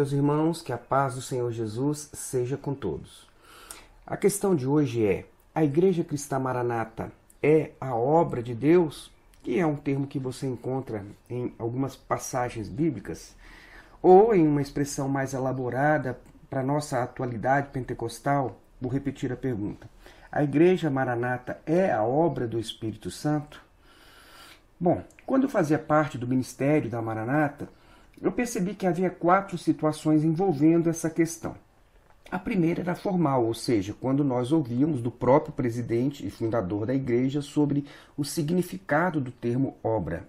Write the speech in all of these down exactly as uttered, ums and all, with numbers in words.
meus irmãos, que a paz do Senhor Jesus seja com todos. A questão de hoje é: a Igreja Cristã Maranata é a obra de Deus? Que é um termo que você encontra em algumas passagens bíblicas, ou em uma expressão mais elaborada para a nossa atualidade pentecostal. Vou repetir a pergunta: a Igreja Maranata é a obra do Espírito Santo? Bom, quando eu fazia parte do ministério da Maranata, eu percebi que havia quatro situações envolvendo essa questão. A primeira era formal, ou seja, quando nós ouvíamos do próprio presidente e fundador da igreja sobre o significado do termo obra.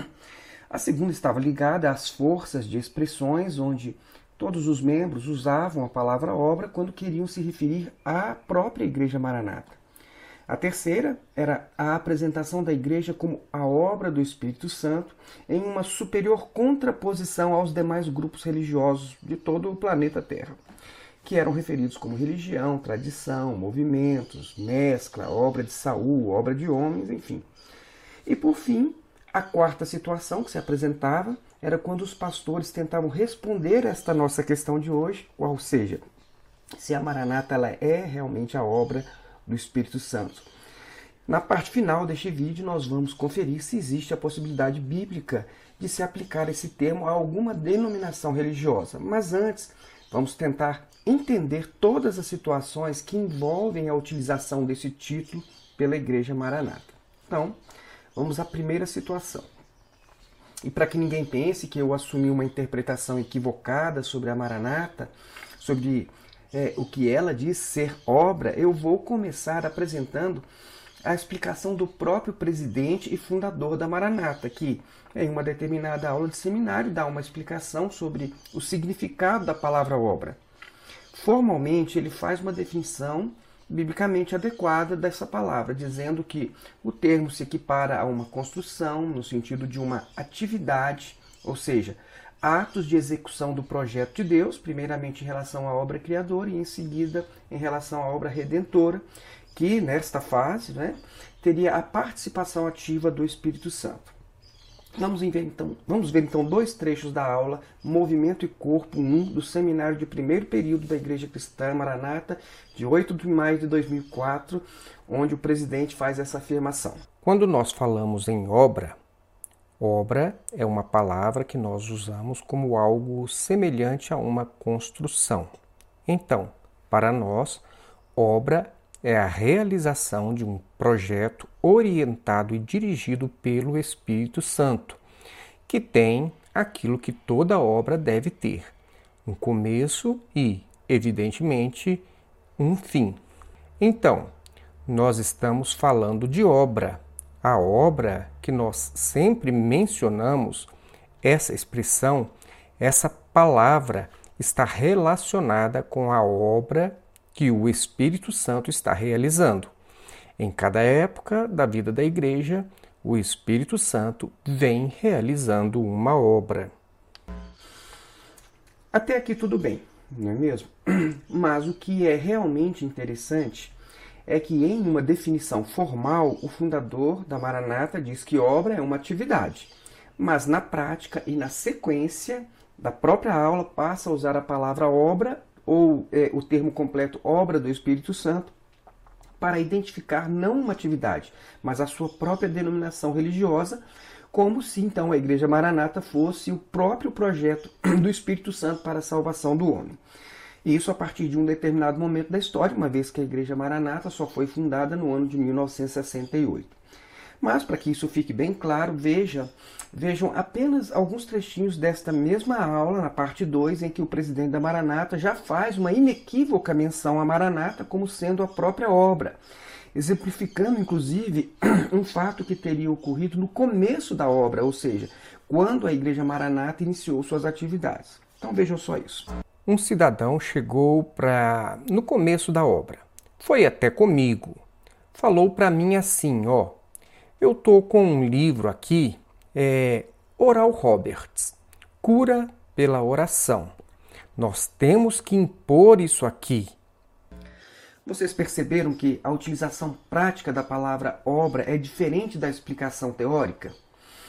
A segunda estava ligada às forças de expressões, onde todos os membros usavam a palavra obra quando queriam se referir à própria Igreja Maranata. A terceira era a apresentação da igreja como a obra do Espírito Santo em uma superior contraposição aos demais grupos religiosos de todo o planeta Terra, que eram referidos como religião, tradição, movimentos, mescla, obra de Saul, obra de homens, enfim. E por fim, a quarta situação que se apresentava era quando os pastores tentavam responder a esta nossa questão de hoje, ou seja, se a Maranata ela é realmente a obra do Espírito Santo. Na parte final deste vídeo nós vamos conferir se existe a possibilidade bíblica de se aplicar esse termo a alguma denominação religiosa. Mas antes, vamos tentar entender todas as situações que envolvem a utilização desse título pela Igreja Maranata. Então, vamos à primeira situação. E para que ninguém pense que eu assumi uma interpretação equivocada sobre a Maranata, sobre É, o que ela diz ser obra, eu vou começar apresentando a explicação do próprio presidente e fundador da Maranata, que em uma determinada aula de seminário dá uma explicação sobre o significado da palavra obra. Formalmente, ele faz uma definição biblicamente adequada dessa palavra, dizendo que o termo se equipara a uma construção, no sentido de uma atividade, ou seja, atos de execução do projeto de Deus, primeiramente em relação à obra criadora e em seguida em relação à obra redentora, que nesta fase, né, teria a participação ativa do Espírito Santo. Vamos ver, então, vamos ver então dois trechos da aula Movimento e Corpo um do seminário de primeiro período da Igreja Cristã Maranata, de oito de maio de dois mil e quatro, onde o presidente faz essa afirmação. Quando nós falamos em obra, obra é uma palavra que nós usamos como algo semelhante a uma construção. Então, para nós, obra é a realização de um projeto orientado e dirigido pelo Espírito Santo, que tem aquilo que toda obra deve ter: um começo e, evidentemente, um fim. Então, nós estamos falando de obra. A obra que nós sempre mencionamos, essa expressão, essa palavra está relacionada com a obra que o Espírito Santo está realizando. Em cada época da vida da igreja, o Espírito Santo vem realizando uma obra. Até aqui tudo bem, não é mesmo? Mas o que é realmente interessante é que em uma definição formal, o fundador da Maranata diz que obra é uma atividade, mas na prática e na sequência da própria aula passa a usar a palavra obra, ou é, o termo completo obra do Espírito Santo, para identificar não uma atividade, mas a sua própria denominação religiosa, como se então a Igreja Maranata fosse o próprio projeto do Espírito Santo para a salvação do homem. Isso a partir de um determinado momento da história, uma vez que a Igreja Maranata só foi fundada no ano de mil novecentos e sessenta e oito. Mas, para que isso fique bem claro, veja, vejam apenas alguns trechinhos desta mesma aula, na parte dois, em que o presidente da Maranata já faz uma inequívoca menção à Maranata como sendo a própria obra, exemplificando, inclusive, um fato que teria ocorrido no começo da obra, ou seja, quando a Igreja Maranata iniciou suas atividades. Então vejam só isso. Um cidadão chegou para no começo da obra, foi até comigo, falou para mim assim, ó, eu tô com um livro aqui, é, Oral Roberts, Cura pela Oração. Nós temos que impor isso aqui. Vocês perceberam que a utilização prática da palavra obra é diferente da explicação teórica?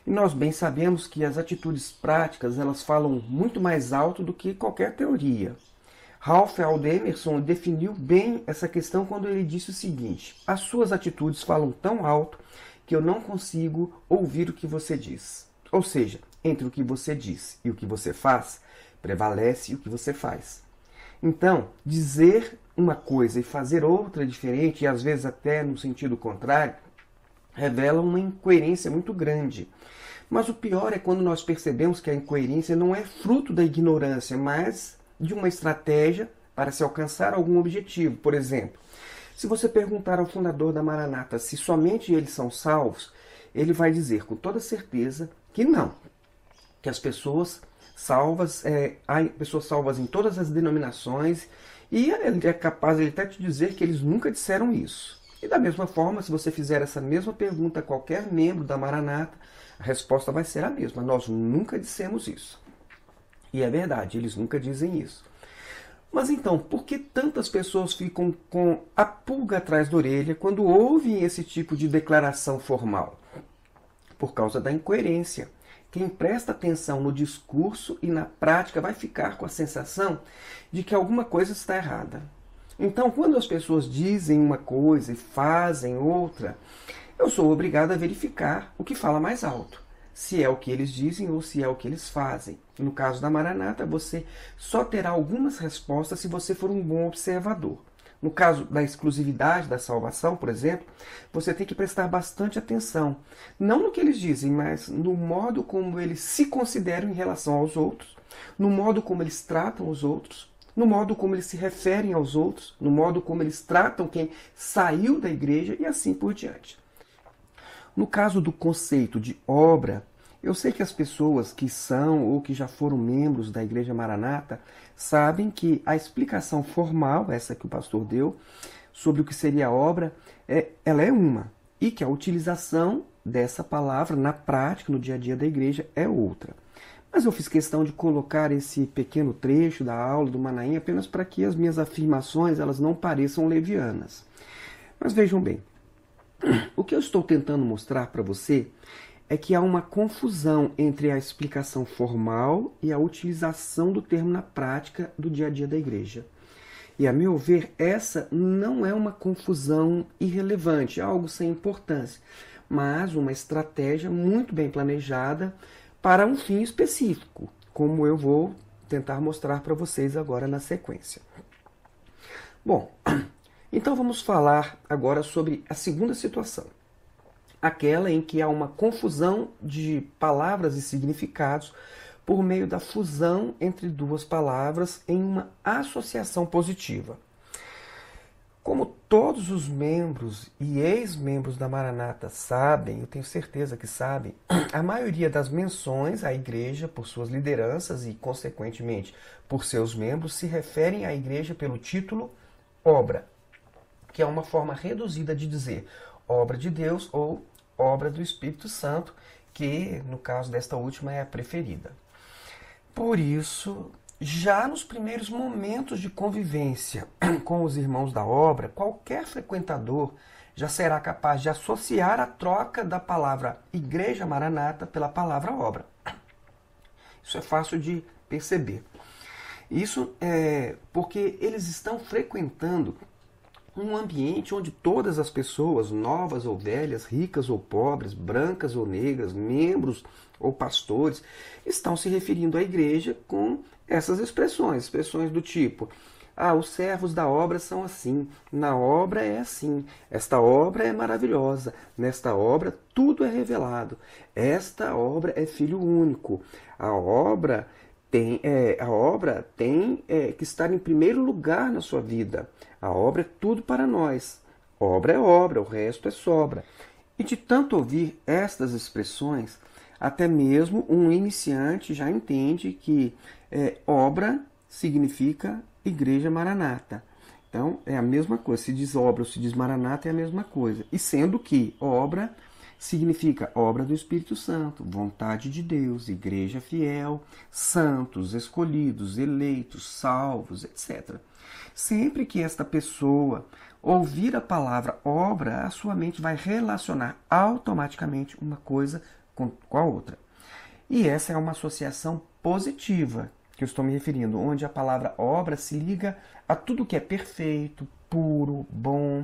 E nós bem sabemos que as atitudes práticas elas falam muito mais alto do que qualquer teoria. Ralph Waldo Emerson definiu bem essa questão quando ele disse o seguinte: as suas atitudes falam tão alto que eu não consigo ouvir o que você diz. Ou seja, entre o que você diz e o que você faz, prevalece o que você faz. Então, dizer uma coisa e fazer outra diferente, e às vezes até no sentido contrário, revela uma incoerência muito grande. Mas o pior é quando nós percebemos que a incoerência não é fruto da ignorância, mas de uma estratégia para se alcançar algum objetivo. Por exemplo, se você perguntar ao fundador da Maranata se somente eles são salvos, ele vai dizer com toda certeza que não. Que as pessoas salvas, é, há pessoas salvas em todas as denominações, e ele é capaz de até te dizer que eles nunca disseram isso. E da mesma forma, se você fizer essa mesma pergunta a qualquer membro da Maranata, a resposta vai ser a mesma. Nós nunca dissemos isso. E é verdade, eles nunca dizem isso. Mas então, por que tantas pessoas ficam com a pulga atrás da orelha quando ouvem esse tipo de declaração formal? Por causa da incoerência. Quem presta atenção no discurso e na prática vai ficar com a sensação de que alguma coisa está errada. Então, quando as pessoas dizem uma coisa e fazem outra, eu sou obrigado a verificar o que fala mais alto. Se é o que eles dizem ou se é o que eles fazem. No caso da Maranata, você só terá algumas respostas se você for um bom observador. No caso da exclusividade da salvação, por exemplo, você tem que prestar bastante atenção. Não no que eles dizem, mas no modo como eles se consideram em relação aos outros, no modo como eles tratam os outros, no modo como eles se referem aos outros, no modo como eles tratam quem saiu da igreja e assim por diante. No caso do conceito de obra, eu sei que as pessoas que são ou que já foram membros da Igreja Maranata sabem que a explicação formal, essa que o pastor deu, sobre o que seria a obra, é, ela é uma. E que a utilização dessa palavra na prática, no dia a dia da igreja, é outra. Mas eu fiz questão de colocar esse pequeno trecho da aula do Manaim apenas para que as minhas afirmações elas não pareçam levianas. Mas vejam bem, o que eu estou tentando mostrar para você é que há uma confusão entre a explicação formal e a utilização do termo na prática do dia a dia da igreja. E, a meu ver, essa não é uma confusão irrelevante, algo sem importância, mas uma estratégia muito bem planejada para um fim específico, como eu vou tentar mostrar para vocês agora na sequência. Bom, então vamos falar agora sobre a segunda situação. Aquela em que há uma confusão de palavras e significados por meio da fusão entre duas palavras em uma associação positiva. Como todos os membros e ex-membros da Maranata sabem, eu tenho certeza que sabem, a maioria das menções à igreja por suas lideranças e, consequentemente, por seus membros se referem à igreja pelo título obra, que é uma forma reduzida de dizer obra de Deus ou obra do Espírito Santo, que no caso desta última é a preferida. Por isso, já nos primeiros momentos de convivência com os irmãos da obra, qualquer frequentador já será capaz de associar a troca da palavra Igreja Maranata pela palavra obra. Isso é fácil de perceber. Isso é porque eles estão frequentando um ambiente onde todas as pessoas, novas ou velhas, ricas ou pobres, brancas ou negras, membros ou pastores, estão se referindo à igreja com essas expressões, expressões do tipo: ah, os servos da obra são assim, na obra é assim, esta obra é maravilhosa, nesta obra tudo é revelado, esta obra é filho único, a obra tem, é, a obra tem é, que estar em primeiro lugar na sua vida. A obra é tudo para nós. Obra é obra, o resto é sobra. E de tanto ouvir estas expressões, até mesmo um iniciante já entende que é, obra significa Igreja Maranata. Então, é a mesma coisa. Se diz obra ou se diz Maranata, é a mesma coisa. E sendo que obra significa obra do Espírito Santo, vontade de Deus, igreja fiel, santos, escolhidos, eleitos, salvos, etcétera. Sempre que esta pessoa ouvir a palavra obra, a sua mente vai relacionar automaticamente uma coisa com, com a outra. E essa é uma associação positiva que eu estou me referindo, onde a palavra obra se liga a tudo que é perfeito, puro, bom.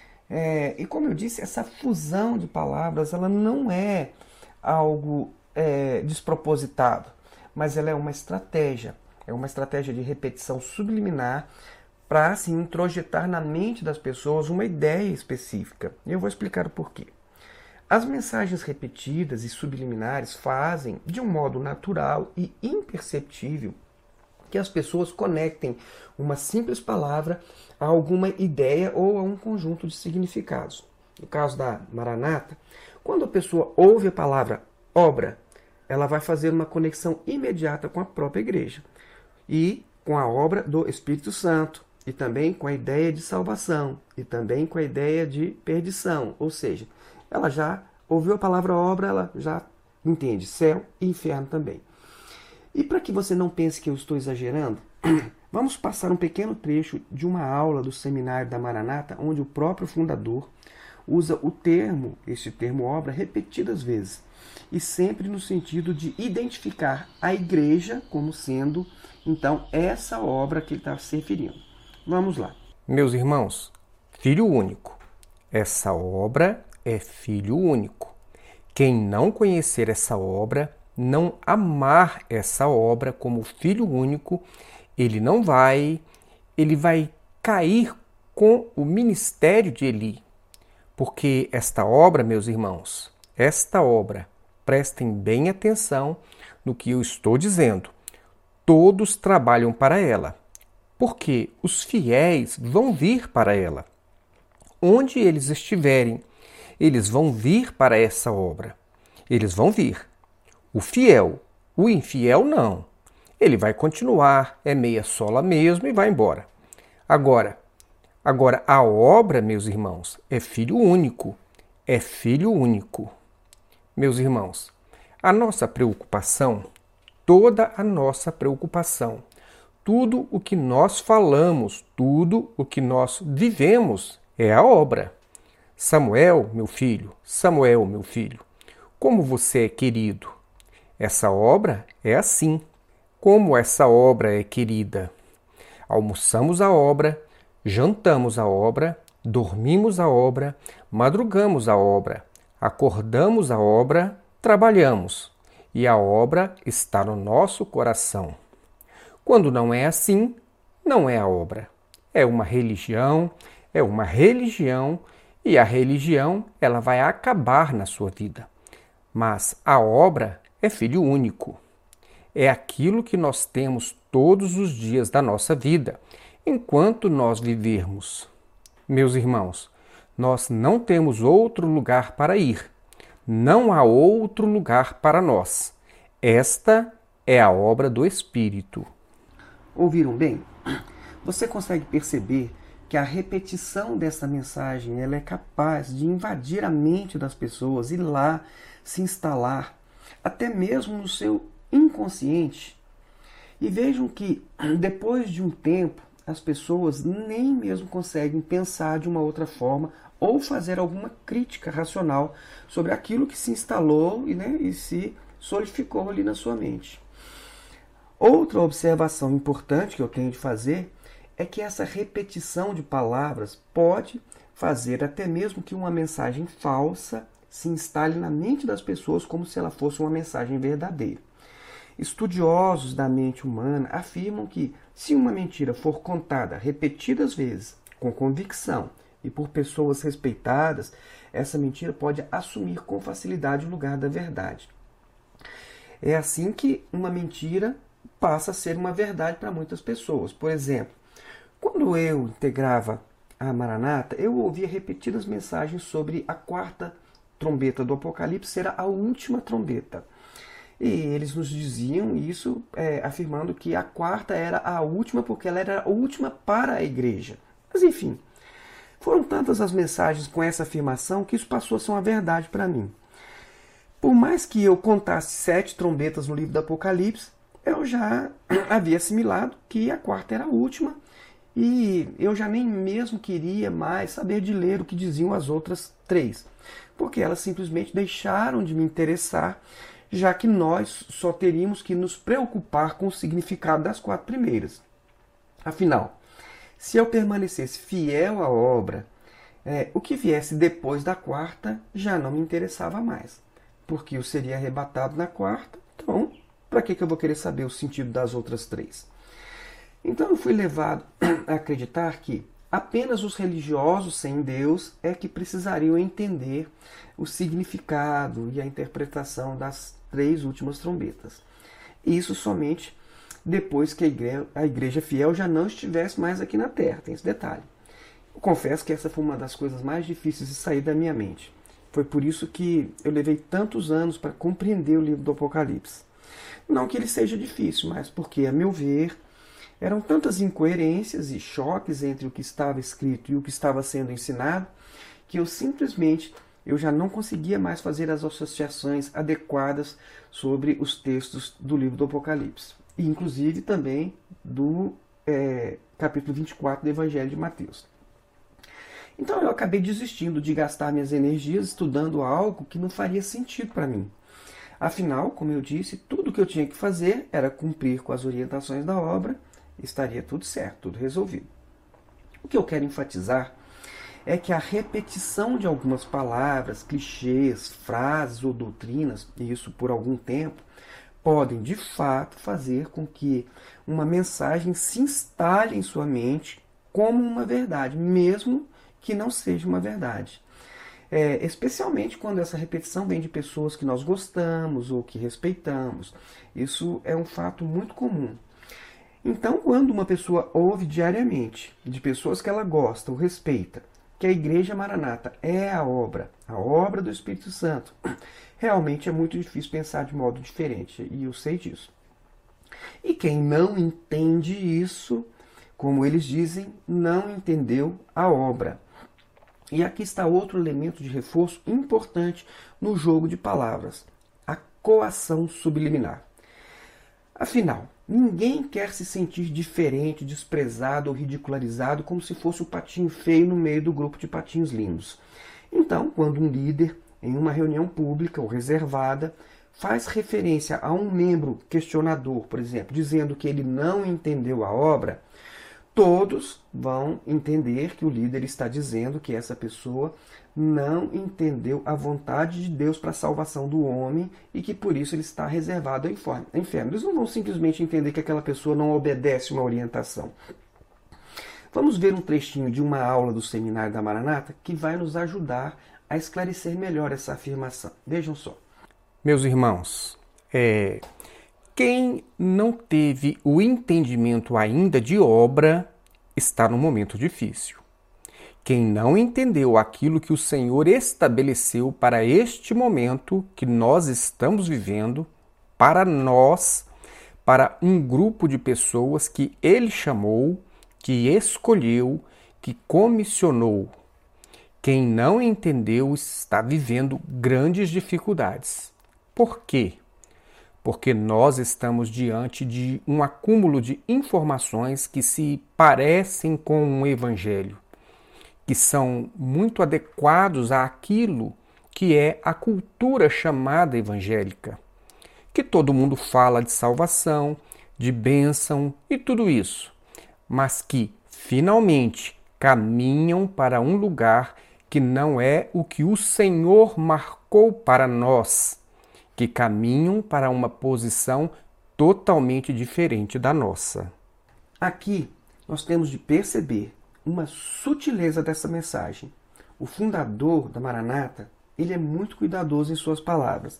É, e como eu disse, essa fusão de palavras ela não é algo é, despropositado, mas ela é uma estratégia. É uma estratégia de repetição subliminar para assim, introjetar na mente das pessoas uma ideia específica. E eu vou explicar o porquê. As mensagens repetidas e subliminares fazem, de um modo natural e imperceptível, que as pessoas conectem uma simples palavra a alguma ideia ou a um conjunto de significados. No caso da Maranata, quando a pessoa ouve a palavra obra, ela vai fazer uma conexão imediata com a própria igreja e com a obra do Espírito Santo, e também com a ideia de salvação, e também com a ideia de perdição. Ou seja, ela já ouviu a palavra obra, ela já entende céu e inferno também. E para que você não pense que eu estou exagerando, vamos passar um pequeno trecho de uma aula do seminário da Maranata, onde o próprio fundador usa o termo, este termo obra, repetidas vezes, e sempre no sentido de identificar a igreja como sendo, então, essa obra que ele está se referindo. Vamos lá. Meus irmãos, filho único. Essa obra é filho único. Quem não conhecer essa obra, não amar essa obra como filho único, ele não vai, ele vai cair com o ministério de Eli. Porque esta obra, meus irmãos, esta obra, prestem bem atenção no que eu estou dizendo, todos trabalham para ela, porque os fiéis vão vir para ela. Onde eles estiverem, eles vão vir para essa obra. Eles vão vir. O fiel, o infiel não. Ele vai continuar, é meia sola mesmo e vai embora. Agora, agora a obra, meus irmãos, é filho único. É filho único. Meus irmãos, a nossa preocupação, toda a nossa preocupação, tudo o que nós falamos, tudo o que nós vivemos é a obra. Samuel, meu filho, Samuel, meu filho, como você é querido. Essa obra é assim. Como essa obra é querida. Almoçamos a obra, jantamos a obra, dormimos a obra, madrugamos a obra, acordamos a obra, trabalhamos. E a obra está no nosso coração. Quando não é assim, não é a obra. É uma religião, é uma religião, e a religião ela vai acabar na sua vida. Mas a obra é filho único. É aquilo que nós temos todos os dias da nossa vida, enquanto nós vivermos. Meus irmãos, nós não temos outro lugar para ir. Não há outro lugar para nós. Esta é a obra do Espírito. Ouviram bem? Você consegue perceber que a repetição dessa mensagem ela é capaz de invadir a mente das pessoas e lá se instalar, até mesmo no seu inconsciente. E vejam que depois de um tempo as pessoas nem mesmo conseguem pensar de uma outra forma ou fazer alguma crítica racional sobre aquilo que se instalou e, né, e se solidificou ali na sua mente. Outra observação importante que eu tenho de fazer é que essa repetição de palavras pode fazer até mesmo que uma mensagem falsa se instale na mente das pessoas como se ela fosse uma mensagem verdadeira. Estudiosos da mente humana afirmam que, se uma mentira for contada repetidas vezes, com convicção e por pessoas respeitadas, essa mentira pode assumir com facilidade o lugar da verdade. É assim que uma mentira passa a ser uma verdade para muitas pessoas. Por exemplo, quando eu integrava a Maranata, eu ouvia repetidas mensagens sobre a quarta trombeta do Apocalipse ser a última trombeta. E eles nos diziam isso é, afirmando que a quarta era a última porque ela era a última para a igreja. Mas enfim, foram tantas as mensagens com essa afirmação que isso passou a ser uma verdade para mim. Por mais que eu contasse sete trombetas no livro do Apocalipse, eu já havia assimilado que a quarta era a última e eu já nem mesmo queria mais saber de ler o que diziam as outras três. porque elas simplesmente deixaram de me interessar, já que nós só teríamos que nos preocupar com o significado das quatro primeiras. Afinal, se eu permanecesse fiel à obra, é, o que viesse depois da quarta já não me interessava mais, porque eu seria arrebatado na quarta, então para que, que eu vou querer saber o sentido das outras três? Então eu fui levado a acreditar que apenas os religiosos sem Deus é que precisariam entender o significado e a interpretação das três últimas trombetas. Isso somente depois que a igreja, a igreja fiel já não estivesse mais aqui na Terra. Tem esse detalhe. Eu confesso que essa foi uma das coisas mais difíceis de sair da minha mente. Foi por isso que eu levei tantos anos para compreender o livro do Apocalipse. Não que ele seja difícil, mas porque, a meu ver, eram tantas incoerências e choques entre o que estava escrito e o que estava sendo ensinado, que eu simplesmente eu já não conseguia mais fazer as associações adequadas sobre os textos do livro do Apocalipse. E inclusive também do é, capítulo vinte e quatro do Evangelho de Mateus. Então eu acabei desistindo de gastar minhas energias estudando algo que não faria sentido para mim. Afinal, como eu disse, tudo o que eu tinha que fazer era cumprir com as orientações da obra, estaria tudo certo, tudo resolvido. O que eu quero enfatizar é que a repetição de algumas palavras, clichês, frases ou doutrinas, e isso por algum tempo, podem de fato fazer com que uma mensagem se instale em sua mente como uma verdade, mesmo que não seja uma verdade. É, especialmente quando essa repetição vem de pessoas que nós gostamos ou que respeitamos. Isso é um fato muito comum. Então, quando uma pessoa ouve diariamente de pessoas que ela gosta ou respeita, que a Igreja Maranata é a obra, a obra do Espírito Santo, realmente é muito difícil pensar de modo diferente, e eu sei disso. E quem não entende isso, como eles dizem, não entendeu a obra. E aqui está outro elemento de reforço importante no jogo de palavras, a coação subliminar. Afinal, ninguém quer se sentir diferente, desprezado ou ridicularizado como se fosse um patinho feio no meio do grupo de patinhos lindos. Então, quando um líder, em uma reunião pública ou reservada, faz referência a um membro questionador, por exemplo, dizendo que ele não entendeu a obra, todos vão entender que o líder está dizendo que essa pessoa não entendeu a vontade de Deus para a salvação do homem e que por isso ele está reservado ao inferno. Eles não vão simplesmente entender que aquela pessoa não obedece uma orientação. Vamos ver um trechinho de uma aula do Seminário da Maranata que vai nos ajudar a esclarecer melhor essa afirmação. Vejam só. Meus irmãos, é, quem não teve o entendimento ainda de obra está num momento difícil. Quem não entendeu aquilo que o Senhor estabeleceu para este momento que nós estamos vivendo, para nós, para um grupo de pessoas que Ele chamou, que escolheu, que comissionou. Quem não entendeu está vivendo grandes dificuldades. Por quê? Porque nós estamos diante de um acúmulo de informações que se parecem com um evangelho, que são muito adequados àquilo que é a cultura chamada evangélica, que todo mundo fala de salvação, de bênção e tudo isso, mas que finalmente caminham para um lugar que não é o que o Senhor marcou para nós, que caminham para uma posição totalmente diferente da nossa. Aqui nós temos de perceber uma sutileza dessa mensagem. O fundador da Maranata, ele é muito cuidadoso em suas palavras.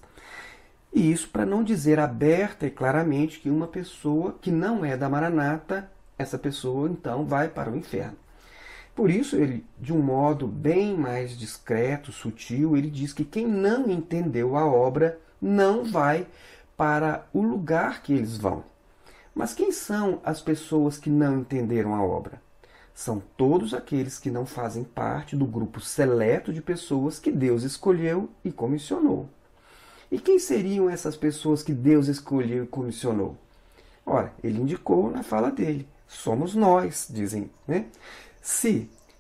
E isso para não dizer aberta e claramente que uma pessoa que não é da Maranata, essa pessoa então vai para o inferno. Por isso, ele, de um modo bem mais discreto, sutil, ele diz que quem não entendeu a obra não vai para o lugar que eles vão. Mas quem são as pessoas que não entenderam a obra? São todos aqueles que não fazem parte do grupo seleto de pessoas que Deus escolheu e comissionou. E quem seriam essas pessoas que Deus escolheu e comissionou? Ora, ele indicou na fala dele. Somos nós, dizem, né? Se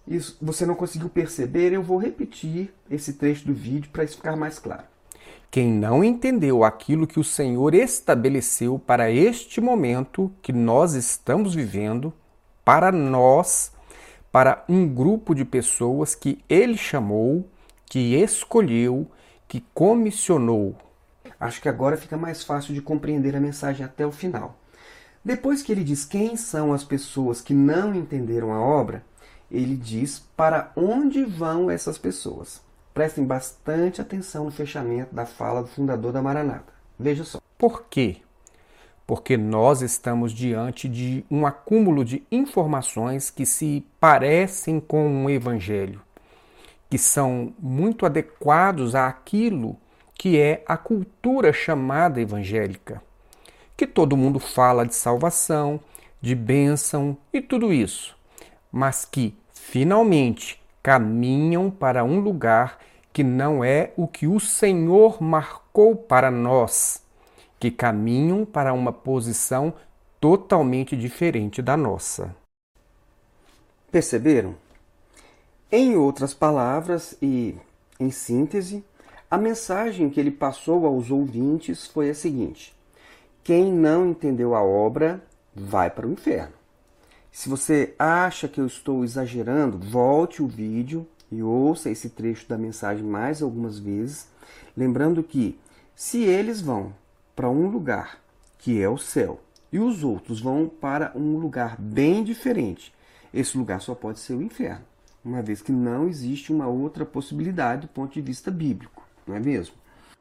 isso você não conseguiu perceber, eu vou repetir esse trecho do vídeo para isso ficar mais claro. Quem não entendeu aquilo que o Senhor estabeleceu para este momento que nós estamos vivendo, para nós, para um grupo de pessoas que Ele chamou, que escolheu, que comissionou. Acho que agora fica mais fácil de compreender a mensagem até o final. Depois que ele diz quem são as pessoas que não entenderam a obra, ele diz para onde vão essas pessoas. Prestem bastante atenção no fechamento da fala do fundador da Maranata. Veja só. Por quê? Porque nós estamos diante de um acúmulo de informações que se parecem com um evangelho, que são muito adequados àquilo que é a cultura chamada evangélica, que todo mundo fala de salvação, de bênção e tudo isso, mas que finalmente caminham para um lugar que não é o que o Senhor marcou para nós, que caminham para uma posição totalmente diferente da nossa. Perceberam? Em outras palavras e em síntese, a mensagem que ele passou aos ouvintes foi a seguinte: quem não entendeu a obra vai para o inferno. Se você acha que eu estou exagerando, volte o vídeo e ouça esse trecho da mensagem mais algumas vezes, lembrando que se eles vão para um lugar que é o céu e os outros vão para um lugar bem diferente, esse lugar só pode ser o inferno, uma vez que não existe uma outra possibilidade do ponto de vista bíblico, não é mesmo?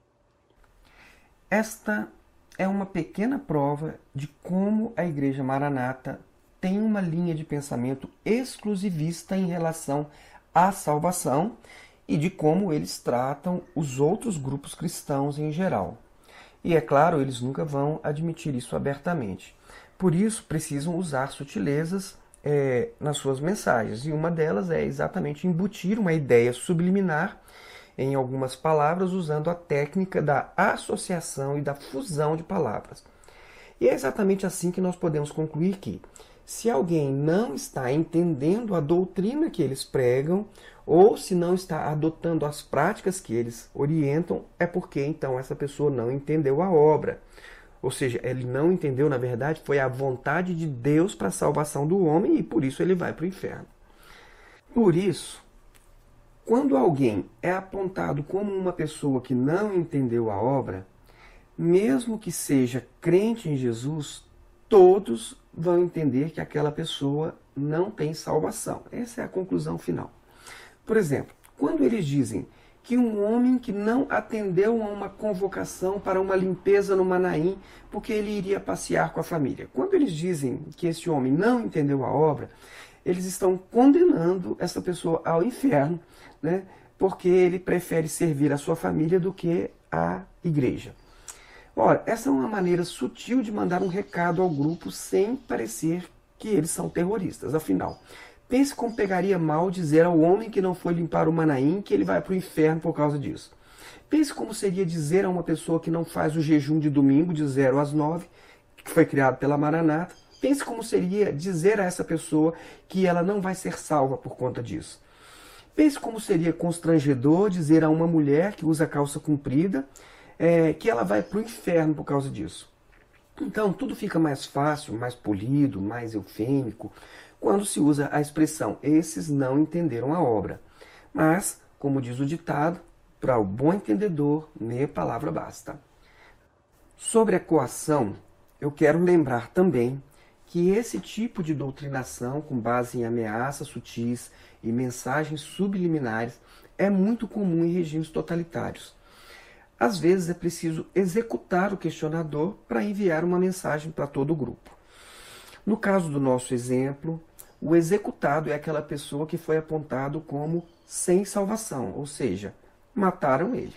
Esta é uma pequena prova de como a Igreja Maranata tem uma linha de pensamento exclusivista em relação à salvação e de como eles tratam os outros grupos cristãos em geral. E é claro, eles nunca vão admitir isso abertamente. Por isso, precisam usar sutilezas é, nas suas mensagens. E uma delas é exatamente embutir uma ideia subliminar em algumas palavras, usando a técnica da associação e da fusão de palavras. E é exatamente assim que nós podemos concluir que, se alguém não está entendendo a doutrina que eles pregam, ou se não está adotando as práticas que eles orientam, é porque então essa pessoa não entendeu a obra. Ou seja, ele não entendeu, na verdade, foi a vontade de Deus para a salvação do homem e por isso ele vai para o inferno. Por isso, quando alguém é apontado como uma pessoa que não entendeu a obra, mesmo que seja crente em Jesus, todos vão entender que aquela pessoa não tem salvação. Essa é a conclusão final. Por exemplo, quando eles dizem que um homem que não atendeu a uma convocação para uma limpeza no Manaim, porque ele iria passear com a família. Quando eles dizem que esse homem não entendeu a obra, eles estão condenando essa pessoa ao inferno, né, porque ele prefere servir a sua família do que a igreja. Ora, essa é uma maneira sutil de mandar um recado ao grupo sem parecer que eles são terroristas. Afinal, pense como pegaria mal dizer ao homem que não foi limpar o Manaim que ele vai para o inferno por causa disso. Pense como seria dizer a uma pessoa que não faz o jejum de domingo de zero às nove, que foi criado pela Maranata. Pense como seria dizer a essa pessoa que ela não vai ser salva por conta disso. Pense como seria constrangedor dizer a uma mulher que usa calça comprida é, que ela vai para o inferno por causa disso. Então, tudo fica mais fácil, mais polido, mais eufêmico, quando se usa a expressão esses não entenderam a obra. Mas, como diz o ditado, para o bom entendedor, meia palavra basta. Sobre a coação, eu quero lembrar também que esse tipo de doutrinação, com base em ameaças sutis e mensagens subliminares, é muito comum em regimes totalitários. Às vezes é preciso executar o questionador para enviar uma mensagem para todo o grupo. No caso do nosso exemplo, o executado é aquela pessoa que foi apontado como sem salvação, ou seja, mataram ele.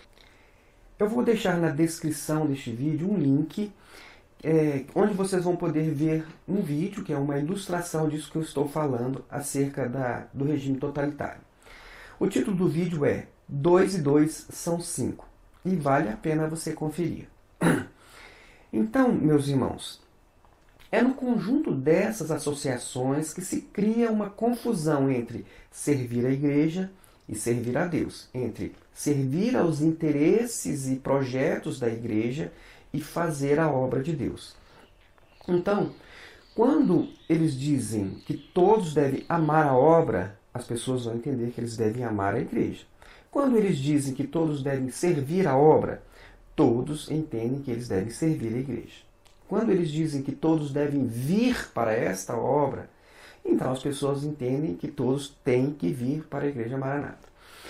Eu vou deixar na descrição deste vídeo um link é, onde vocês vão poder ver um vídeo, que é uma ilustração disso que eu estou falando, acerca da, do regime totalitário. O título do vídeo é dois e dois são cinco, e vale a pena você conferir. Então, meus irmãos, É no conjunto dessas associações que se cria uma confusão entre servir a igreja e servir a Deus, entre servir aos interesses e projetos da igreja e fazer a obra de Deus. Então, quando eles dizem que todos devem amar a obra, as pessoas vão entender que eles devem amar a igreja. Quando eles dizem que todos devem servir a obra, todos entendem que eles devem servir a igreja. Quando eles dizem que todos devem vir para esta obra, então as pessoas entendem que todos têm que vir para a Igreja Maranata.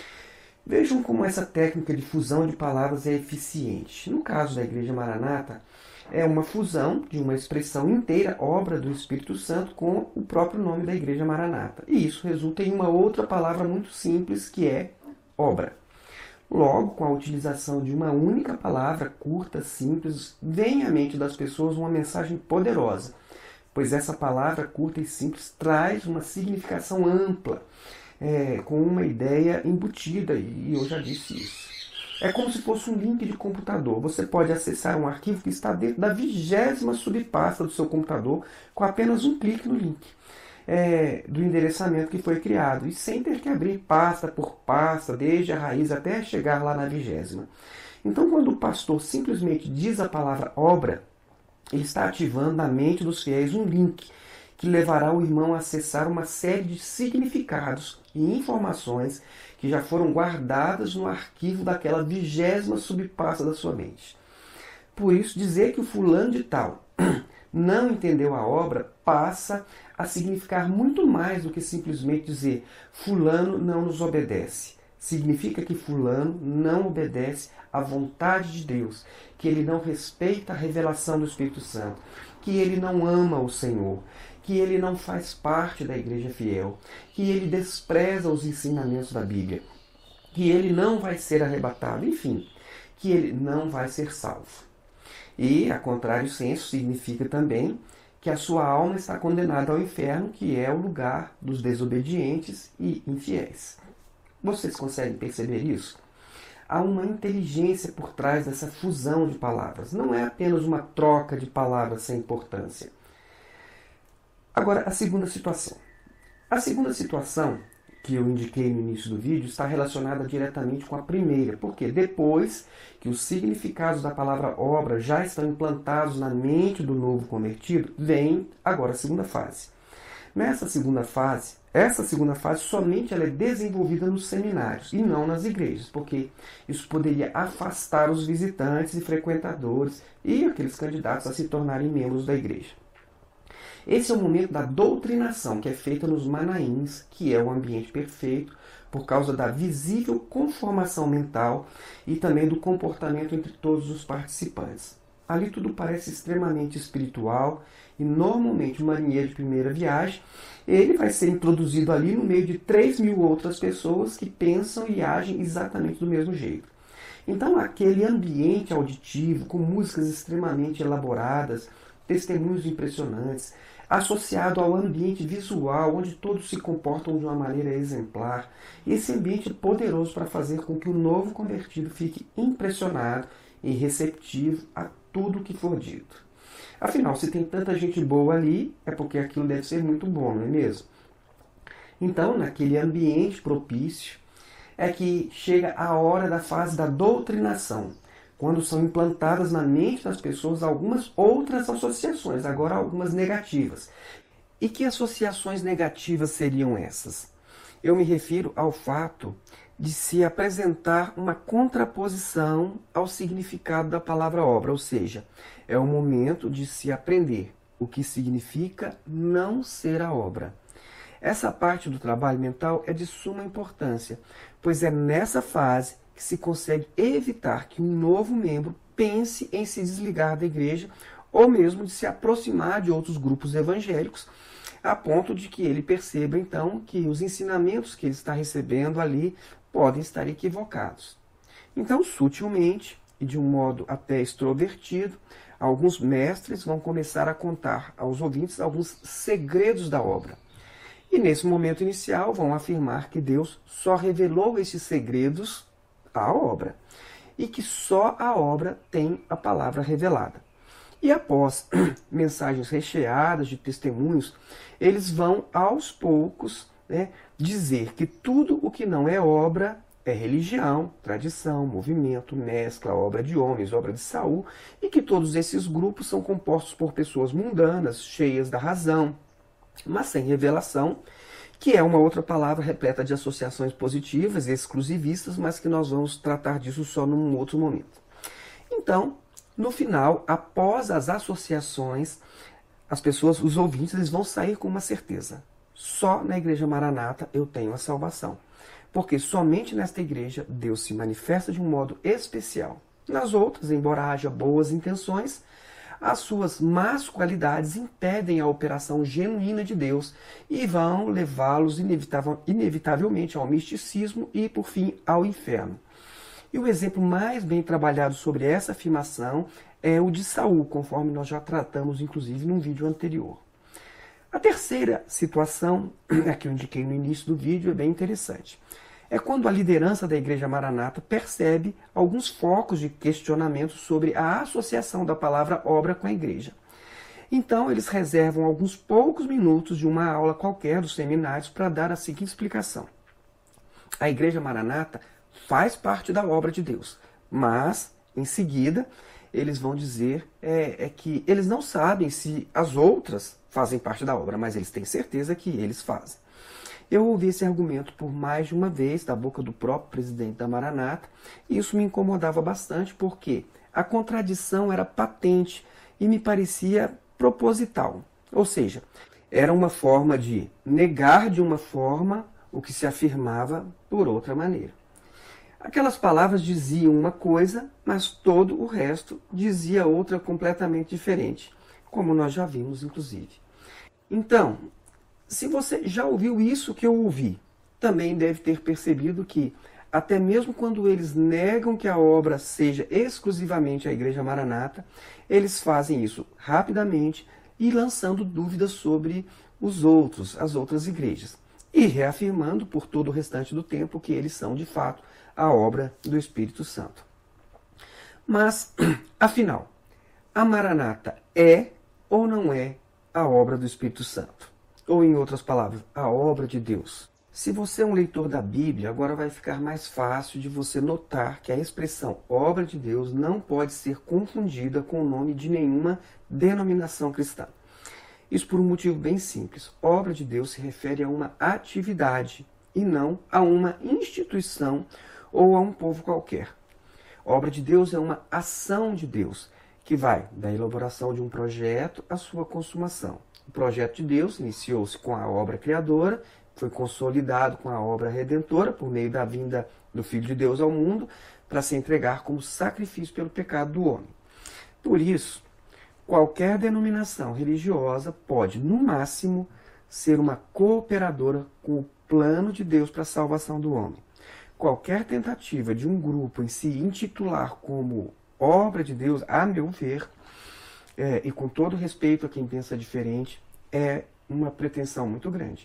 Vejam como essa técnica de fusão de palavras é eficiente. No caso da Igreja Maranata, é uma fusão de uma expressão inteira, obra do Espírito Santo, com o próprio nome da Igreja Maranata. E isso resulta em uma outra palavra muito simples, que é obra. Logo, com a utilização de uma única palavra, curta, simples, vem à mente das pessoas uma mensagem poderosa, pois essa palavra curta e simples traz uma significação ampla, é, com uma ideia embutida, e eu já disse isso. É como se fosse um link de computador. Você pode acessar um arquivo que está dentro da vigésima subpasta do seu computador com apenas um clique no link. É, do endereçamento que foi criado, e sem ter que abrir pasta por pasta, desde a raiz até chegar lá na vigésima. Então, quando o pastor simplesmente diz a palavra obra, ele está ativando na mente dos fiéis um link que levará o irmão a acessar uma série de significados e informações que já foram guardadas no arquivo daquela vigésima subpasta da sua mente. Por isso, dizer que o fulano de tal não entendeu a obra passa a significar muito mais do que simplesmente dizer fulano não nos obedece. Significa que fulano não obedece à vontade de Deus, que ele não respeita a revelação do Espírito Santo, que ele não ama o Senhor, que ele não faz parte da igreja fiel, que ele despreza os ensinamentos da Bíblia, que ele não vai ser arrebatado, enfim, que ele não vai ser salvo. E, a contrário senso, significa também que a sua alma está condenada ao inferno, que é o lugar dos desobedientes e infiéis. Vocês conseguem perceber isso? Há uma inteligência por trás dessa fusão de palavras. Não é apenas uma troca de palavras sem importância. Agora, a segunda situação. A segunda situação que eu indiquei no início do vídeo está relacionada diretamente com a primeira, porque depois que os significados da palavra obra já estão implantados na mente do novo convertido, vem agora a segunda fase. Nessa segunda fase, essa segunda fase somente ela é desenvolvida nos seminários e não nas igrejas, porque isso poderia afastar os visitantes e frequentadores e aqueles candidatos a se tornarem membros da igreja. Esse é o momento da doutrinação, que é feita nos manaíns, que é o ambiente perfeito, por causa da visível conformação mental e também do comportamento entre todos os participantes. Ali tudo parece extremamente espiritual e normalmente o marinheiro de primeira viagem, ele vai ser introduzido ali no meio de três mil outras pessoas que pensam e agem exatamente do mesmo jeito. Então aquele ambiente auditivo, com músicas extremamente elaboradas, testemunhos impressionantes, associado ao ambiente visual, onde todos se comportam de uma maneira exemplar. Esse ambiente é poderoso para fazer com que o novo convertido fique impressionado e receptivo a tudo que for dito. Afinal, se tem tanta gente boa ali, é porque aquilo deve ser muito bom, não é mesmo? Então, naquele ambiente propício, é que chega a hora da fase da doutrinação, quando são implantadas na mente das pessoas algumas outras associações, agora algumas negativas. E que associações negativas seriam essas? Eu me refiro ao fato de se apresentar uma contraposição ao significado da palavra obra, ou seja, é o momento de se aprender o que significa não ser a obra. Essa parte do trabalho mental é de suma importância, pois é nessa fase que se consegue evitar que um novo membro pense em se desligar da igreja ou mesmo de se aproximar de outros grupos evangélicos, a ponto de que ele perceba então que os ensinamentos que ele está recebendo ali podem estar equivocados. Então, sutilmente e de um modo até extrovertido, alguns mestres vão começar a contar aos ouvintes alguns segredos da obra. E nesse momento inicial vão afirmar que Deus só revelou esses segredos à obra, e que só a obra tem a palavra revelada. E após mensagens recheadas de testemunhos, eles vão aos poucos, né, dizer que tudo o que não é obra é religião, tradição, movimento, mescla, obra de homens, obra de Saul, e que todos esses grupos são compostos por pessoas mundanas, cheias da razão, mas sem revelação, que é uma outra palavra repleta de associações positivas e exclusivistas, mas que nós vamos tratar disso só num outro momento. Então, no final, após as associações, as pessoas, os ouvintes, eles vão sair com uma certeza. Só na Igreja Maranata eu tenho a salvação. Porque somente nesta igreja Deus se manifesta de um modo especial. Nas outras, embora haja boas intenções, as suas más qualidades impedem a operação genuína de Deus e vão levá-los inevitavel, inevitavelmente ao misticismo e, por fim, ao inferno. E o exemplo mais bem trabalhado sobre essa afirmação é o de Saul, conforme nós já tratamos, inclusive, num vídeo anterior. A terceira situação, a que eu indiquei no início do vídeo, é bem interessante. É quando a liderança da Igreja Maranata percebe alguns focos de questionamento sobre a associação da palavra obra com a igreja. Então, eles reservam alguns poucos minutos de uma aula qualquer dos seminários para dar a seguinte explicação. A Igreja Maranata faz parte da obra de Deus, mas, em seguida, eles vão dizer é, é que eles não sabem se as outras fazem parte da obra, mas eles têm certeza que eles fazem. Eu ouvi esse argumento por mais de uma vez da boca do próprio presidente da Maranata, e isso me incomodava bastante porque a contradição era patente e me parecia proposital. Ou seja, era uma forma de negar de uma forma o que se afirmava por outra maneira. Aquelas palavras diziam uma coisa, mas todo o resto dizia outra completamente diferente, como nós já vimos, inclusive. Então, se você já ouviu isso que eu ouvi, também deve ter percebido que, até mesmo quando eles negam que a obra seja exclusivamente a Igreja Maranata, eles fazem isso rapidamente e lançando dúvidas sobre os outros, as outras igrejas, e reafirmando por todo o restante do tempo que eles são, de fato, a obra do Espírito Santo. Mas, afinal, a Maranata é ou não é a obra do Espírito Santo? Ou, em outras palavras, a obra de Deus? Se você é um leitor da Bíblia, agora vai ficar mais fácil de você notar que a expressão obra de Deus não pode ser confundida com o nome de nenhuma denominação cristã. Isso por um motivo bem simples. Obra de Deus se refere a uma atividade e não a uma instituição ou a um povo qualquer. Obra de Deus é uma ação de Deus, que vai da elaboração de um projeto à sua consumação. O projeto de Deus iniciou-se com a obra criadora, foi consolidado com a obra redentora, por meio da vinda do Filho de Deus ao mundo, para se entregar como sacrifício pelo pecado do homem. Por isso, qualquer denominação religiosa pode, no máximo, ser uma cooperadora com o plano de Deus para a salvação do homem. Qualquer tentativa de um grupo em se intitular como obra de Deus, a meu ver, é, e com todo respeito a quem pensa diferente, é uma pretensão muito grande.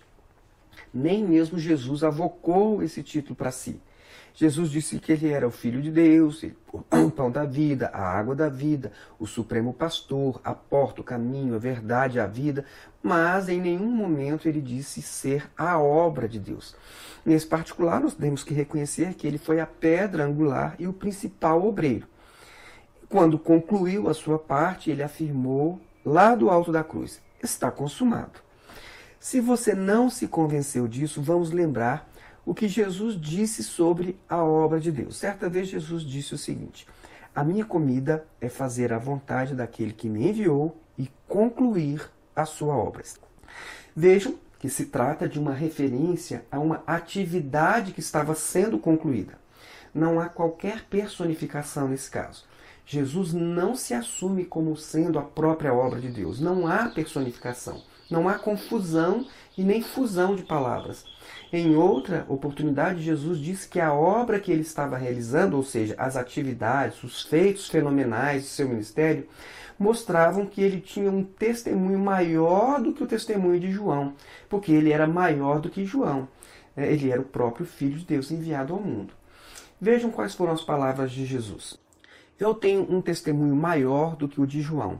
Nem mesmo Jesus avocou esse título para si. Jesus disse que ele era o Filho de Deus, o pão da vida, a água da vida, o supremo pastor, a porta, o caminho, a verdade, a vida, mas em nenhum momento ele disse ser a obra de Deus. Nesse particular, nós temos que reconhecer que ele foi a pedra angular e o principal obreiro. Quando concluiu a sua parte, ele afirmou lá do alto da cruz: está consumado. Se você não se convenceu disso, vamos lembrar o que Jesus disse sobre a obra de Deus. Certa vez Jesus disse o seguinte: a minha comida é fazer a vontade daquele que me enviou e concluir a sua obra. Vejam que se trata de uma referência a uma atividade que estava sendo concluída. Não há qualquer personificação nesse caso. Jesus não se assume como sendo a própria obra de Deus. Não há personificação. Não há confusão e nem fusão de palavras. Em outra oportunidade, Jesus disse que a obra que ele estava realizando, ou seja, as atividades, os feitos fenomenais de seu ministério, mostravam que ele tinha um testemunho maior do que o testemunho de João, porque ele era maior do que João. Ele era o próprio Filho de Deus enviado ao mundo. Vejam quais foram as palavras de Jesus. Eu tenho um testemunho maior do que o de João.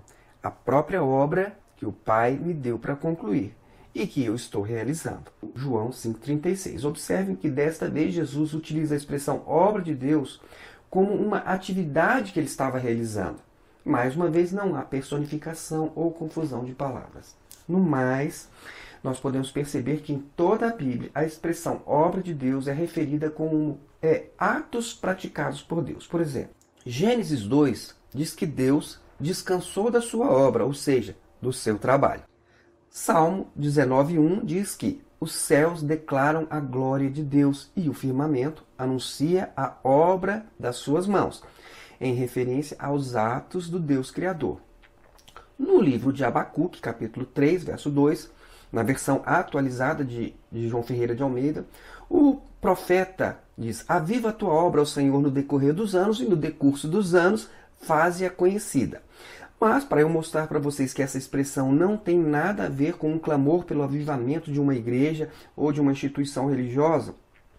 a própria obra que o Pai me deu para concluir e que eu estou realizando. João cinco, trinta e seis. Observem que desta vez Jesus utiliza a expressão obra de Deus como uma atividade que ele estava realizando. Mais uma vez, não há personificação ou confusão de palavras. No mais, nós podemos perceber que em toda a Bíblia a expressão obra de Deus é referida como é, atos praticados por Deus. Por exemplo, Gênesis dois diz que Deus descansou da sua obra, ou seja, do seu trabalho. Salmo dezenove, um diz que os céus declaram a glória de Deus e o firmamento anuncia a obra das suas mãos, em referência aos atos do Deus Criador. No livro de Abacuque, capítulo três, verso dois, na versão atualizada de, de João Ferreira de Almeida, o profeta diz: aviva a tua obra, ó Senhor, no decorrer dos anos, e no decurso dos anos faze-a conhecida. Mas, para eu mostrar para vocês que essa expressão não tem nada a ver com um clamor pelo avivamento de uma igreja ou de uma instituição religiosa,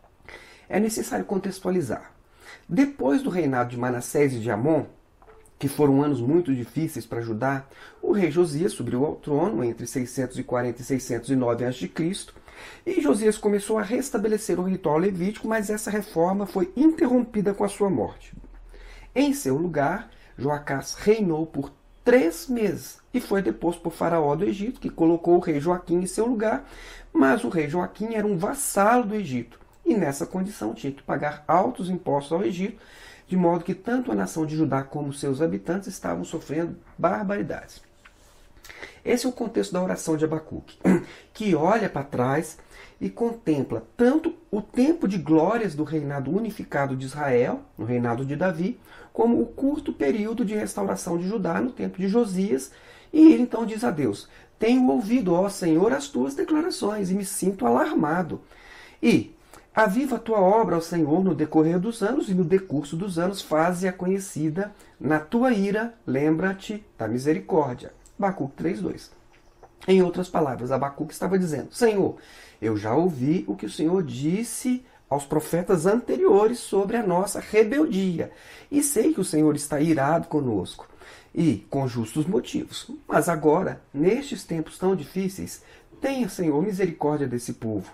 é necessário contextualizar. Depois do reinado de Manassés e de Amon, que foram anos muito difíceis para Judá, o rei Josias subiu ao trono entre seiscentos e quarenta e seiscentos e nove antes de Cristo, e Josias começou a restabelecer o ritual levítico, mas essa reforma foi interrompida com a sua morte. Em seu lugar, Joacás reinou por três meses e foi deposto por Faraó do Egito, que colocou o rei Joaquim em seu lugar, mas o rei Joaquim era um vassalo do Egito, e nessa condição tinha que pagar altos impostos ao Egito, de modo que tanto a nação de Judá como seus habitantes estavam sofrendo barbaridades. Esse é o contexto da oração de Abacuque, que olha para trás e contempla tanto o tempo de glórias do reinado unificado de Israel, no reinado de Davi, como o curto período de restauração de Judá no tempo de Josias, e ele então diz a Deus: tenho ouvido, ó Senhor, as tuas declarações e me sinto alarmado. E aviva a tua obra, ó Senhor, no decorrer dos anos, e no decurso dos anos faze-a conhecida. Na tua ira, lembra-te da misericórdia. Abacuque três, dois. Em outras palavras, Abacuque estava dizendo: Senhor, eu já ouvi o que o Senhor disse aos profetas anteriores sobre a nossa rebeldia, e sei que o Senhor está irado conosco, e com justos motivos. Mas agora, nestes tempos tão difíceis, tenha, Senhor, misericórdia desse povo.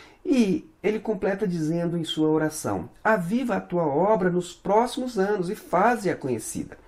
E ele completa dizendo em sua oração: aviva a tua obra nos próximos anos e faze-a conhecida.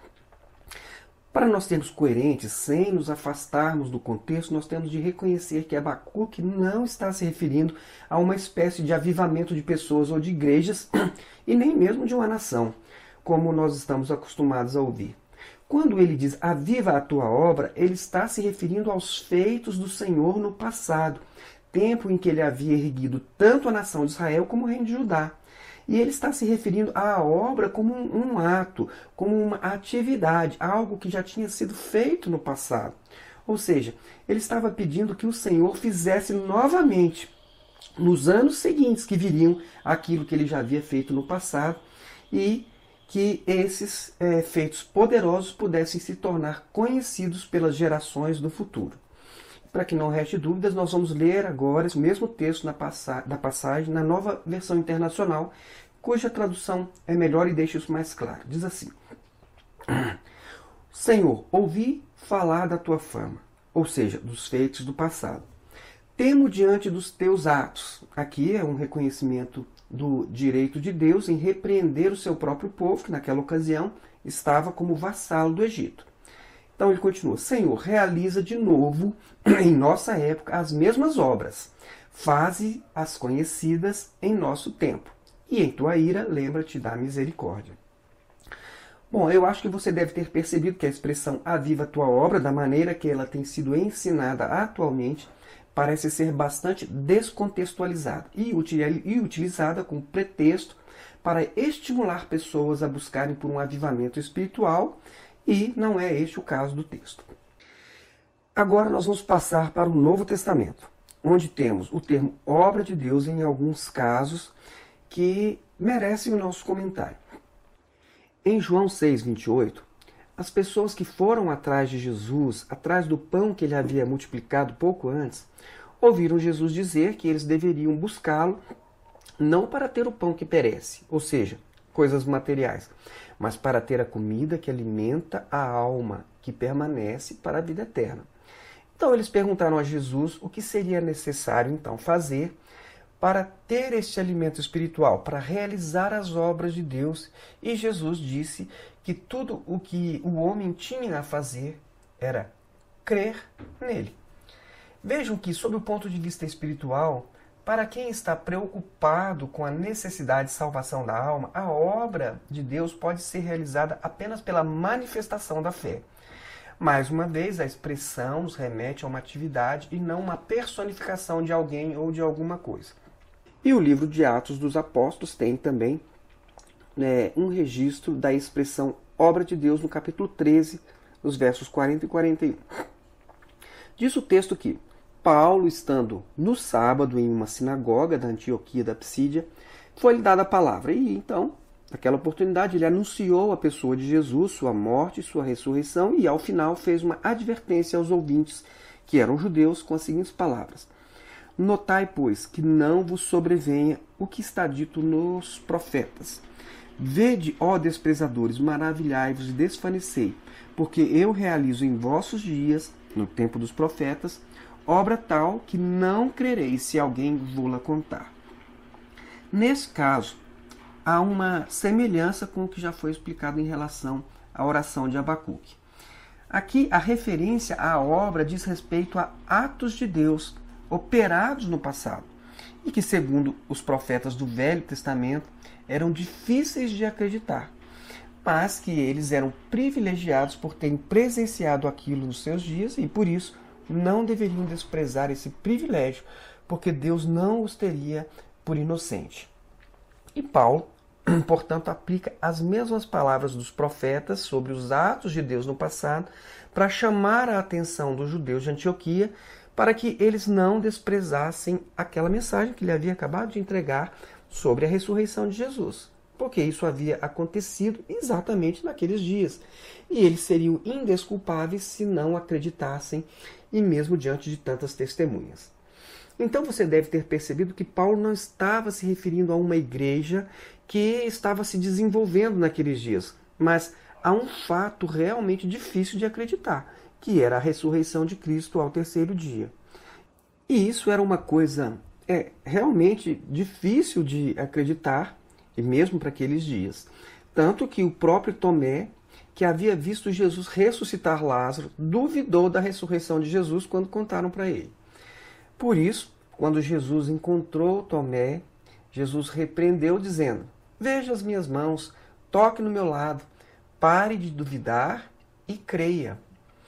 Para nós sermos coerentes, sem nos afastarmos do contexto, nós temos de reconhecer que Abacuque não está se referindo a uma espécie de avivamento de pessoas ou de igrejas, e nem mesmo de uma nação, como nós estamos acostumados a ouvir. Quando ele diz aviva a tua obra, ele está se referindo aos feitos do Senhor no passado, tempo em que ele havia erguido tanto a nação de Israel como o reino de Judá. E ele está se referindo à obra como um, um ato, como uma atividade, algo que já tinha sido feito no passado. Ou seja, ele estava pedindo que o Senhor fizesse novamente, nos anos seguintes que viriam, aquilo que ele já havia feito no passado, e que esses é, feitos poderosos pudessem se tornar conhecidos pelas gerações do futuro. Para que não reste dúvidas, nós vamos ler agora esse mesmo texto na passa- da passagem na Nova Versão Internacional, cuja tradução é melhor e deixa isso mais claro. Diz assim: Senhor, ouvi falar da tua fama, ou seja, dos feitos do passado. Temo diante dos teus atos. Aqui é um reconhecimento do direito de Deus em repreender o seu próprio povo, que naquela ocasião estava como vassalo do Egito. Então ele continua: Senhor, realiza de novo em nossa época as mesmas obras, faze-as conhecidas em nosso tempo, e em tua ira lembra-te da misericórdia. Bom, eu acho que você deve ter percebido que a expressão aviva a tua obra, da maneira que ela tem sido ensinada atualmente, parece ser bastante descontextualizada e utilizada como pretexto para estimular pessoas a buscarem por um avivamento espiritual, e não é este o caso do texto. Agora nós vamos passar para o Novo Testamento, onde temos o termo obra de Deus em alguns casos que merecem o nosso comentário. Em João seis, vinte e oito, as pessoas que foram atrás de Jesus, atrás do pão que ele havia multiplicado pouco antes, ouviram Jesus dizer que eles deveriam buscá-lo não para ter o pão que perece, ou seja, coisas materiais, mas para ter a comida que alimenta a alma, que permanece para a vida eterna. Então eles perguntaram a Jesus o que seria necessário então fazer para ter este alimento espiritual, para realizar as obras de Deus. E Jesus disse que tudo o que o homem tinha a fazer era crer nele. Vejam que, sob o ponto de vista espiritual, para quem está preocupado com a necessidade de salvação da alma, a obra de Deus pode ser realizada apenas pela manifestação da fé. Mais uma vez, a expressão nos remete a uma atividade e não uma personificação de alguém ou de alguma coisa. E o livro de Atos dos Apóstolos tem também né, um registro da expressão obra de Deus no capítulo treze, nos versos quarenta e quarenta e um. Diz o texto que Paulo, estando no sábado em uma sinagoga da Antioquia da Psídia, foi-lhe dada a palavra. E então, naquela oportunidade, ele anunciou a pessoa de Jesus, sua morte, sua ressurreição, e ao final fez uma advertência aos ouvintes, que eram judeus, com as seguintes palavras: Notai, pois, que não vos sobrevenha o que está dito nos profetas. Vede, ó desprezadores, maravilhai-vos e desfanecei, porque eu realizo em vossos dias, no tempo dos profetas, obra tal que não crereis se alguém vô-la contar. Nesse caso, há uma semelhança com o que já foi explicado em relação à oração de Abacuque. Aqui, a referência à obra diz respeito a atos de Deus operados no passado e que, segundo os profetas do Velho Testamento, eram difíceis de acreditar, mas que eles eram privilegiados por terem presenciado aquilo nos seus dias e, por isso, não deveriam desprezar esse privilégio, porque Deus não os teria por inocente. E Paulo, portanto, aplica as mesmas palavras dos profetas sobre os atos de Deus no passado para chamar a atenção dos judeus de Antioquia para que eles não desprezassem aquela mensagem que ele havia acabado de entregar sobre a ressurreição de Jesus, porque isso havia acontecido exatamente naqueles dias. E eles seriam indesculpáveis se não acreditassem, e mesmo diante de tantas testemunhas. Então você deve ter percebido que Paulo não estava se referindo a uma igreja que estava se desenvolvendo naqueles dias, mas a um fato realmente difícil de acreditar, que era a ressurreição de Cristo ao terceiro dia. E isso era uma coisa é, realmente difícil de acreditar, e mesmo para aqueles dias. Tanto que o próprio Tomé, que havia visto Jesus ressuscitar Lázaro, duvidou da ressurreição de Jesus quando contaram para ele. Por isso, quando Jesus encontrou Tomé, Jesus repreendeu dizendo: Veja as minhas mãos, toque no meu lado, pare de duvidar e creia.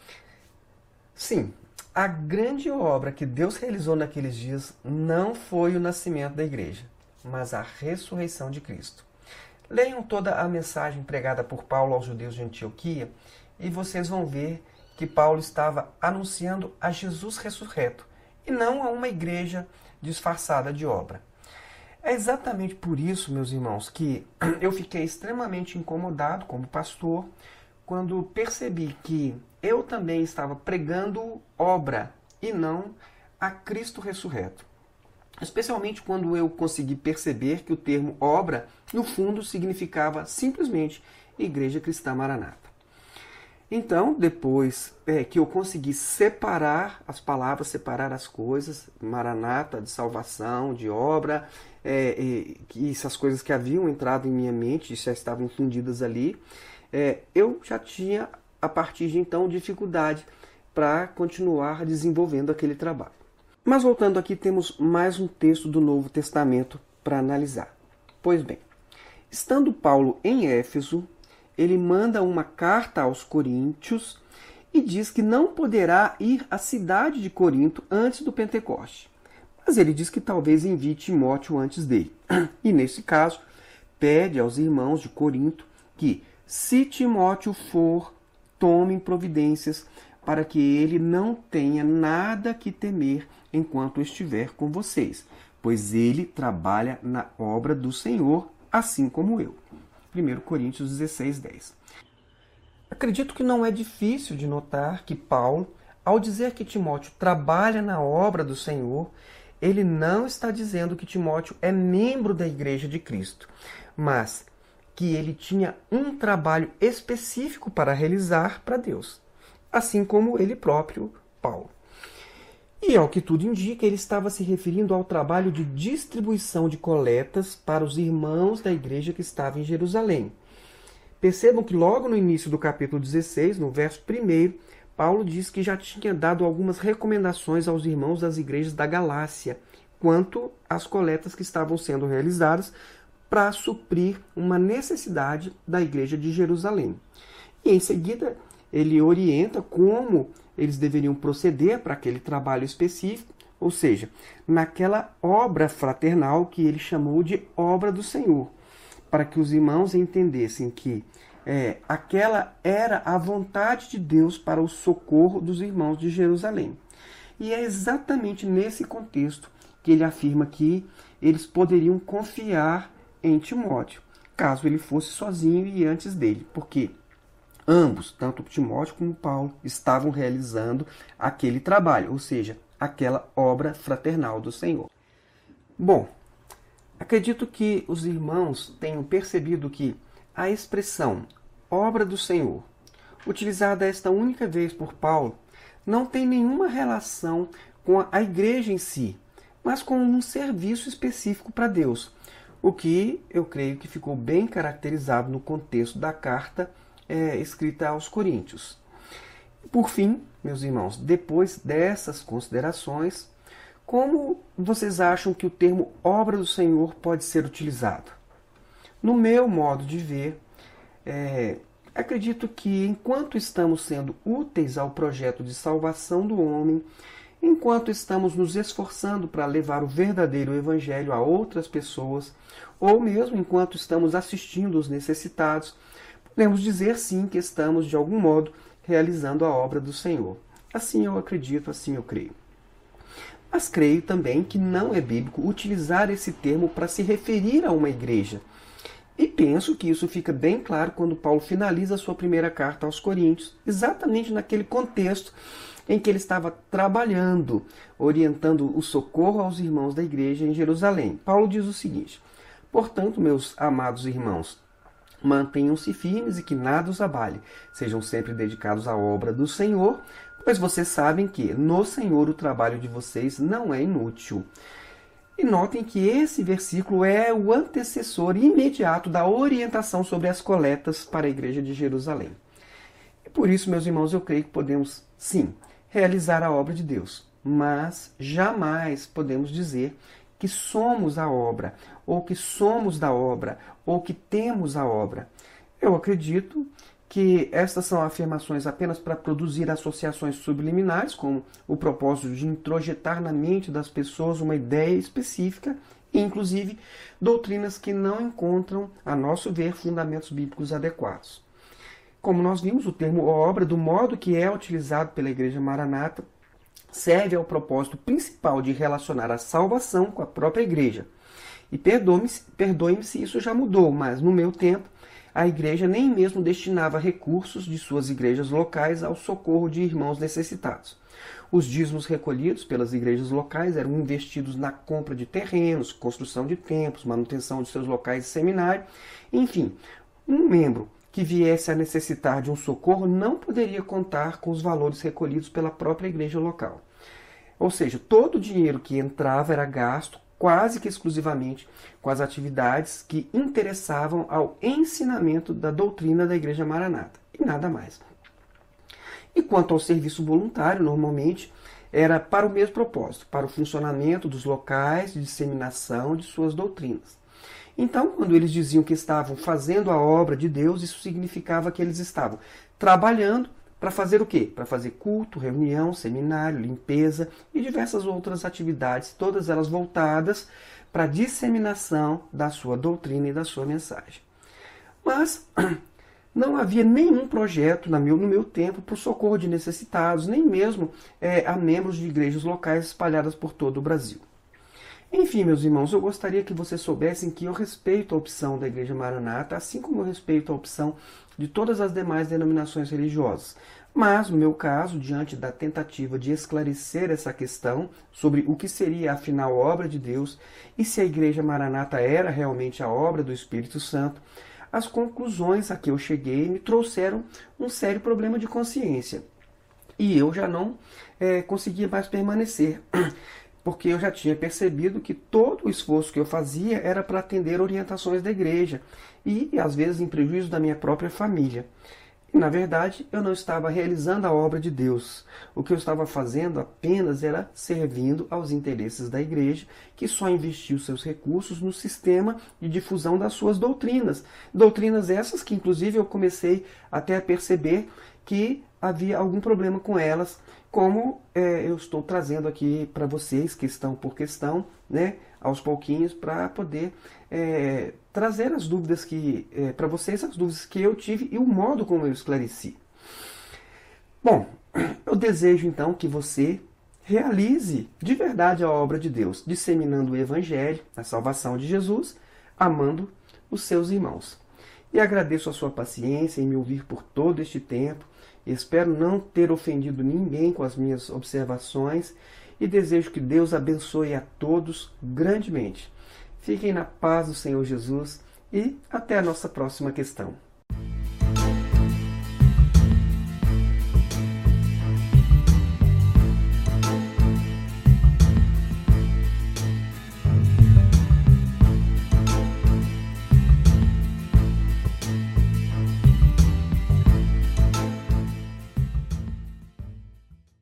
Sim, a grande obra que Deus realizou naqueles dias não foi o nascimento da igreja, mas a ressurreição de Cristo. Leiam toda a mensagem pregada por Paulo aos judeus de Antioquia e vocês vão ver que Paulo estava anunciando a Jesus ressurreto e não a uma igreja disfarçada de obra. É exatamente por isso, meus irmãos, que eu fiquei extremamente incomodado como pastor quando percebi que eu também estava pregando obra e não a Cristo ressurreto. Especialmente quando eu consegui perceber que o termo obra, no fundo, significava simplesmente Igreja Cristã Maranata. Então, depois é, que eu consegui separar as palavras, separar as coisas, Maranata, de salvação, de obra, é, e, e essas coisas que haviam entrado em minha mente, já estavam fundidas ali, é, eu já tinha, a partir de então, dificuldade para continuar desenvolvendo aquele trabalho. Mas voltando aqui, temos mais um texto do Novo Testamento para analisar. Pois bem, estando Paulo em Éfeso, ele manda uma carta aos coríntios e diz que não poderá ir à cidade de Corinto antes do Pentecoste. Mas ele diz que talvez envie Timóteo antes dele. E nesse caso, pede aos irmãos de Corinto que, se Timóteo for, tomem providências para que ele não tenha nada que temer enquanto estiver com vocês, pois ele trabalha na obra do Senhor, assim como eu. primeiro Coríntios dezesseis, dez. Acredito que não é difícil de notar que Paulo, ao dizer que Timóteo trabalha na obra do Senhor, ele não está dizendo que Timóteo é membro da Igreja de Cristo, mas que ele tinha um trabalho específico para realizar para Deus, assim como ele próprio, Paulo. E, ao que tudo indica, ele estava se referindo ao trabalho de distribuição de coletas para os irmãos da igreja que estava em Jerusalém. Percebam que logo no início do capítulo dezesseis, no verso primeiro, Paulo diz que já tinha dado algumas recomendações aos irmãos das igrejas da Galácia quanto às coletas que estavam sendo realizadas para suprir uma necessidade da igreja de Jerusalém. E, em seguida, ele orienta como eles deveriam proceder para aquele trabalho específico, ou seja, naquela obra fraternal que ele chamou de obra do Senhor, para que os irmãos entendessem que é, aquela era a vontade de Deus para o socorro dos irmãos de Jerusalém. E é exatamente nesse contexto que ele afirma que eles poderiam confiar em Timóteo, caso ele fosse sozinho e antes dele, porque ambos, tanto Timóteo como Paulo, estavam realizando aquele trabalho, ou seja, aquela obra fraternal do Senhor. Bom, acredito que os irmãos tenham percebido que a expressão obra do Senhor, utilizada esta única vez por Paulo, não tem nenhuma relação com a igreja em si, mas com um serviço específico para Deus, o que eu creio que ficou bem caracterizado no contexto da carta É, escrita aos Coríntios. Por fim, meus irmãos, depois dessas considerações, como vocês acham que o termo obra do Senhor pode ser utilizado? No meu modo de ver, é, acredito que enquanto estamos sendo úteis ao projeto de salvação do homem, enquanto estamos nos esforçando para levar o verdadeiro evangelho a outras pessoas, ou mesmo enquanto estamos assistindo os necessitados, podemos dizer sim que estamos, de algum modo, realizando a obra do Senhor. Assim eu acredito, assim eu creio. Mas creio também que não é bíblico utilizar esse termo para se referir a uma igreja. E penso que isso fica bem claro quando Paulo finaliza a sua primeira carta aos Coríntios, exatamente naquele contexto em que ele estava trabalhando, orientando o socorro aos irmãos da igreja em Jerusalém. Paulo diz o seguinte: portanto, meus amados irmãos, mantenham-se firmes e que nada os abale. Sejam sempre dedicados à obra do Senhor, pois vocês sabem que no Senhor o trabalho de vocês não é inútil. E notem que esse versículo é o antecessor imediato da orientação sobre as coletas para a igreja de Jerusalém. E por isso, meus irmãos, eu creio que podemos, sim, realizar a obra de Deus, mas jamais podemos dizer que somos a obra, ou que somos da obra, ou que temos a obra. Eu acredito que estas são afirmações apenas para produzir associações subliminares, com o propósito de introjetar na mente das pessoas uma ideia específica, e inclusive doutrinas que não encontram, a nosso ver, fundamentos bíblicos adequados. Como nós vimos, o termo obra, do modo que é utilizado pela Igreja Maranata, serve ao propósito principal de relacionar a salvação com a própria igreja. E perdoe-me, perdoe-me se isso já mudou, mas no meu tempo, a igreja nem mesmo destinava recursos de suas igrejas locais ao socorro de irmãos necessitados. Os dízimos recolhidos pelas igrejas locais eram investidos na compra de terrenos, construção de templos, manutenção de seus locais de seminário, enfim, um membro que viesse a necessitar de um socorro não poderia contar com os valores recolhidos pela própria igreja local. Ou seja, todo o dinheiro que entrava era gasto quase que exclusivamente com as atividades que interessavam ao ensinamento da doutrina da Igreja Maranata, e nada mais. E quanto ao serviço voluntário, normalmente era para o mesmo propósito, para o funcionamento dos locais de disseminação de suas doutrinas. Então, quando eles diziam que estavam fazendo a obra de Deus, isso significava que eles estavam trabalhando para fazer o quê? Para fazer culto, reunião, seminário, limpeza e diversas outras atividades, todas elas voltadas para a disseminação da sua doutrina e da sua mensagem. Mas não havia nenhum projeto no meu, no meu tempo para o socorro de necessitados, nem mesmo é, a membros de igrejas locais espalhadas por todo o Brasil. Enfim, meus irmãos, eu gostaria que vocês soubessem que eu respeito a opção da Igreja Maranata, assim como eu respeito a opção de todas as demais denominações religiosas. Mas, no meu caso, diante da tentativa de esclarecer essa questão sobre o que seria afinal a obra de Deus e se a Igreja Maranata era realmente a obra do Espírito Santo, as conclusões a que eu cheguei me trouxeram um sério problema de consciência. E eu já não é, conseguia mais permanecer, porque eu já tinha percebido que todo o esforço que eu fazia era para atender orientações da igreja e, às vezes, em prejuízo da minha própria família. E, na verdade, eu não estava realizando a obra de Deus. O que eu estava fazendo apenas era servindo aos interesses da igreja, que só investiu seus recursos no sistema de difusão das suas doutrinas. Doutrinas essas que, inclusive, eu comecei até a perceber que havia algum problema com elas, como é, eu estou trazendo aqui para vocês, questão por questão, né, aos pouquinhos, para poder é, trazer as dúvidas que, é, para vocês, as dúvidas que eu tive e o modo como eu esclareci. Bom, eu desejo então que você realize de verdade a obra de Deus, disseminando o Evangelho, a salvação de Jesus, amando os seus irmãos. E agradeço a sua paciência em me ouvir por todo este tempo. Espero não ter ofendido ninguém com as minhas observações e desejo que Deus abençoe a todos grandemente. Fiquem na paz do Senhor Jesus e até a nossa próxima questão.